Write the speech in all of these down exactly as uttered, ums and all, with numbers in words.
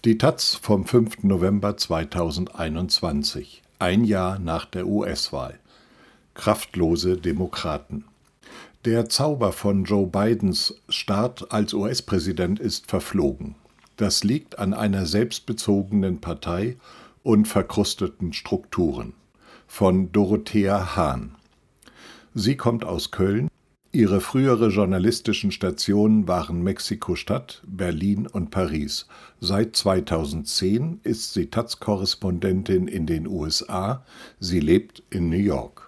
Die Taz vom fünften November zweitausendeinundzwanzig, ein Jahr nach der U S-Wahl. Kraftlose Demokraten. Der Zauber von Joe Bidens Start als U S-Präsident ist verflogen. Das liegt an einer selbstbezogenen Partei und verkrusteten Strukturen. Von Dorothea Hahn. Sie kommt aus Köln. Ihre frühere journalistischen Stationen waren Mexiko-Stadt, Berlin und Paris. Seit zweitausendzehn ist sie Taz-Korrespondentin in den U S A. Sie lebt in New York.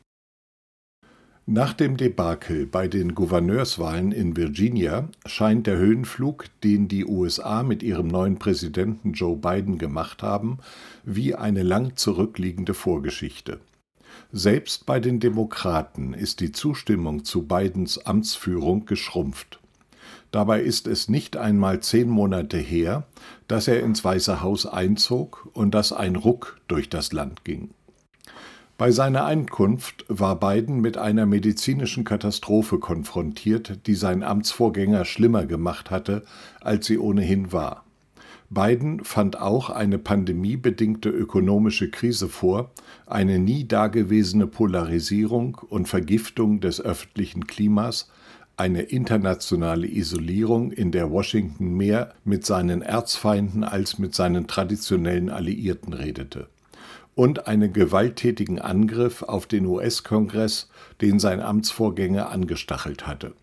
Nach dem Debakel bei den Gouverneurswahlen in Virginia scheint der Höhenflug, den die U S A mit ihrem neuen Präsidenten Joe Biden gemacht haben, wie eine lang zurückliegende Vorgeschichte. Selbst bei den Demokraten ist die Zustimmung zu Bidens Amtsführung geschrumpft. Dabei ist es nicht einmal zehn Monate her, dass er ins Weiße Haus einzog und dass ein Ruck durch das Land ging. Bei seiner Ankunft war Biden mit einer medizinischen Katastrophe konfrontiert, die sein Amtsvorgänger schlimmer gemacht hatte, als sie ohnehin war. Biden fand auch eine pandemiebedingte ökonomische Krise vor, eine nie dagewesene Polarisierung und Vergiftung des öffentlichen Klimas, eine internationale Isolierung, in der Washington mehr mit seinen Erzfeinden als mit seinen traditionellen Alliierten redete, und einen gewalttätigen Angriff auf den U S-Kongress, den sein Amtsvorgänger angestachelt hatte.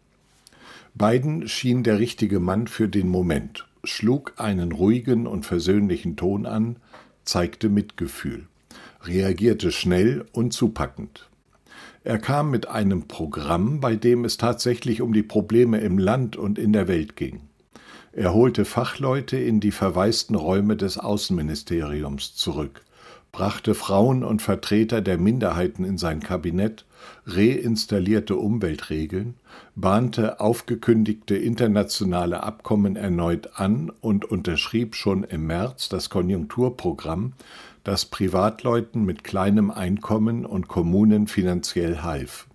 Biden schien der richtige Mann für den Moment, schlug einen ruhigen und versöhnlichen Ton an, zeigte Mitgefühl, reagierte schnell und zupackend. Er kam mit einem Programm, bei dem es tatsächlich um die Probleme im Land und in der Welt ging. Er holte Fachleute in die verwaisten Räume des Außenministeriums zurück, brachte Frauen und Vertreter der Minderheiten in sein Kabinett, reinstallierte Umweltregeln, bahnte aufgekündigte internationale Abkommen erneut an und unterschrieb schon im März das Konjunkturprogramm, das Privatleuten mit kleinem Einkommen und Kommunen finanziell half.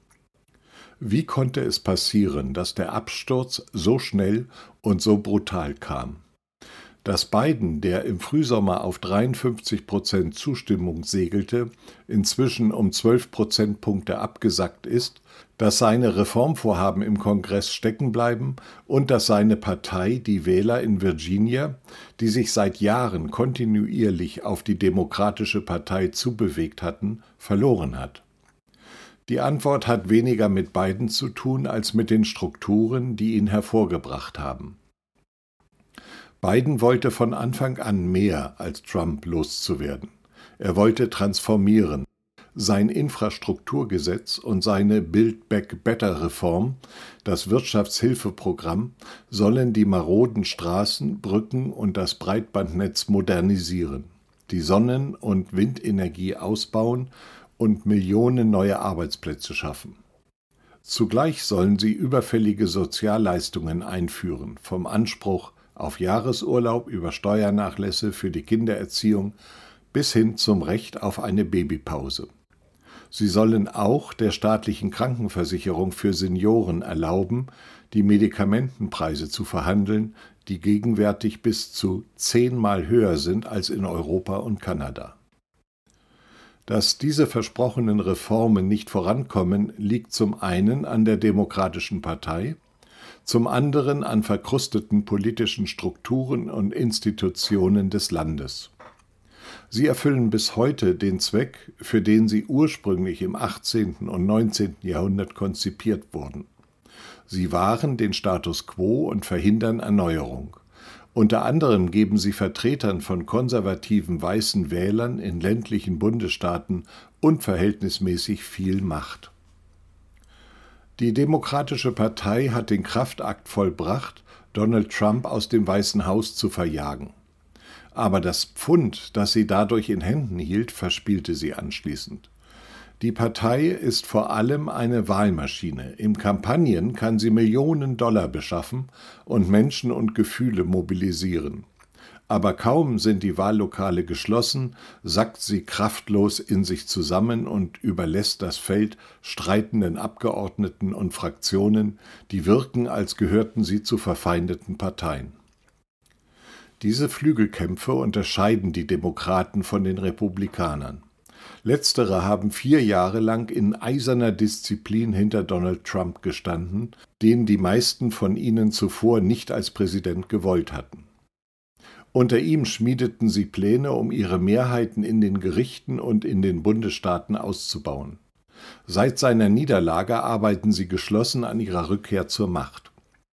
Wie konnte es passieren, dass der Absturz so schnell und so brutal kam? Dass Biden, der im Frühsommer auf dreiundfünfzig Prozent Zustimmung segelte, inzwischen um zwölf Prozentpunkte abgesackt ist, dass seine Reformvorhaben im Kongress stecken bleiben und dass seine Partei die Wähler in Virginia, die sich seit Jahren kontinuierlich auf die Demokratische Partei zubewegt hatten, verloren hat. Die Antwort hat weniger mit Biden zu tun als mit den Strukturen, die ihn hervorgebracht haben. Biden wollte von Anfang an mehr, als Trump loszuwerden. Er wollte transformieren. Sein Infrastrukturgesetz und seine Build Back Better-Reform, das Wirtschaftshilfeprogramm, sollen die maroden Straßen, Brücken und das Breitbandnetz modernisieren, die Sonnen- und Windenergie ausbauen und Millionen neue Arbeitsplätze schaffen. Zugleich sollen sie überfällige Sozialleistungen einführen, vom Anspruch auf Jahresurlaub über Steuernachlässe für die Kindererziehung bis hin zum Recht auf eine Babypause. Sie sollen auch der staatlichen Krankenversicherung für Senioren erlauben, die Medikamentenpreise zu verhandeln, die gegenwärtig bis zu zehnmal höher sind als in Europa und Kanada. Dass diese versprochenen Reformen nicht vorankommen, liegt zum einen an der Demokratischen Partei, zum anderen an verkrusteten politischen Strukturen und Institutionen des Landes. Sie erfüllen bis heute den Zweck, für den sie ursprünglich im achtzehnten und neunzehnten Jahrhundert konzipiert wurden. Sie wahren den Status quo und verhindern Erneuerung. Unter anderem geben sie Vertretern von konservativen weißen Wählern in ländlichen Bundesstaaten unverhältnismäßig viel Macht. Die Demokratische Partei hat den Kraftakt vollbracht, Donald Trump aus dem Weißen Haus zu verjagen. Aber das Pfund, das sie dadurch in Händen hielt, verspielte sie anschließend. Die Partei ist vor allem eine Wahlmaschine. In Kampagnen kann sie Millionen Dollar beschaffen und Menschen und Gefühle mobilisieren. Aber kaum sind die Wahllokale geschlossen, sackt sie kraftlos in sich zusammen und überlässt das Feld streitenden Abgeordneten und Fraktionen, die wirken, als gehörten sie zu verfeindeten Parteien. Diese Flügelkämpfe unterscheiden die Demokraten von den Republikanern. Letztere haben vier Jahre lang in eiserner Disziplin hinter Donald Trump gestanden, den die meisten von ihnen zuvor nicht als Präsident gewollt hatten. Unter ihm schmiedeten sie Pläne, um ihre Mehrheiten in den Gerichten und in den Bundesstaaten auszubauen. Seit seiner Niederlage arbeiten sie geschlossen an ihrer Rückkehr zur Macht.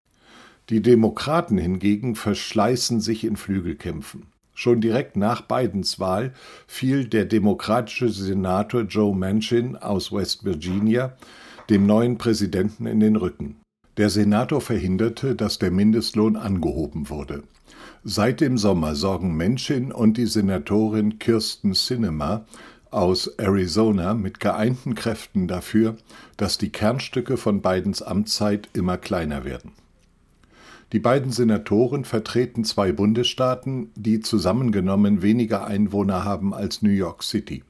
Die Demokraten hingegen verschleißen sich in Flügelkämpfen. Schon direkt nach Bidens Wahl fiel der demokratische Senator Joe Manchin aus West Virginia dem neuen Präsidenten in den Rücken. Der Senator verhinderte, dass der Mindestlohn angehoben wurde. Seit dem Sommer sorgen Manchin und die Senatorin Kyrsten Sinema aus Arizona mit geeinten Kräften dafür, dass die Kernstücke von Bidens Amtszeit immer kleiner werden. Die beiden Senatoren vertreten zwei Bundesstaaten, die zusammengenommen weniger Einwohner haben als New York City.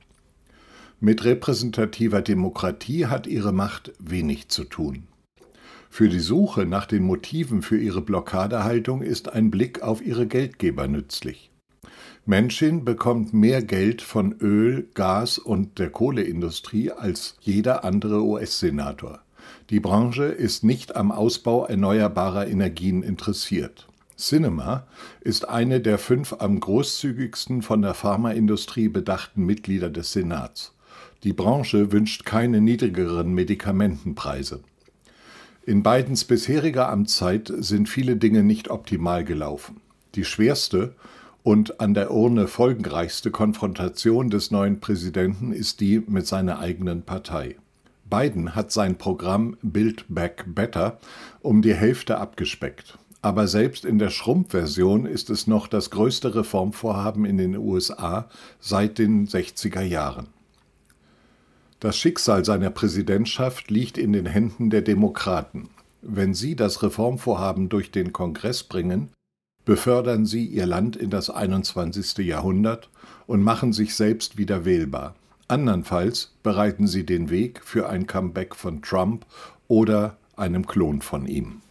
Mit repräsentativer Demokratie hat ihre Macht wenig zu tun. Für die Suche nach den Motiven für ihre Blockadehaltung ist ein Blick auf ihre Geldgeber nützlich. Manchin bekommt mehr Geld von Öl, Gas und der Kohleindustrie als jeder andere U S-Senator. Die Branche ist nicht am Ausbau erneuerbarer Energien interessiert. Sinema ist eine der fünf am großzügigsten von der Pharmaindustrie bedachten Mitglieder des Senats. Die Branche wünscht keine niedrigeren Medikamentenpreise. In Bidens bisheriger Amtszeit sind viele Dinge nicht optimal gelaufen. Die schwerste und an der Urne folgenreichste Konfrontation des neuen Präsidenten ist die mit seiner eigenen Partei. Biden hat sein Programm Build Back Better um die Hälfte abgespeckt. Aber selbst in der Schrumpfversion ist es noch das größte Reformvorhaben in den U S A seit den sechziger Jahren. Das Schicksal seiner Präsidentschaft liegt in den Händen der Demokraten. Wenn sie das Reformvorhaben durch den Kongress bringen, befördern sie ihr Land in das einundzwanzigste Jahrhundert und machen sich selbst wieder wählbar. Andernfalls bereiten sie den Weg für ein Comeback von Trump oder einem Klon von ihm.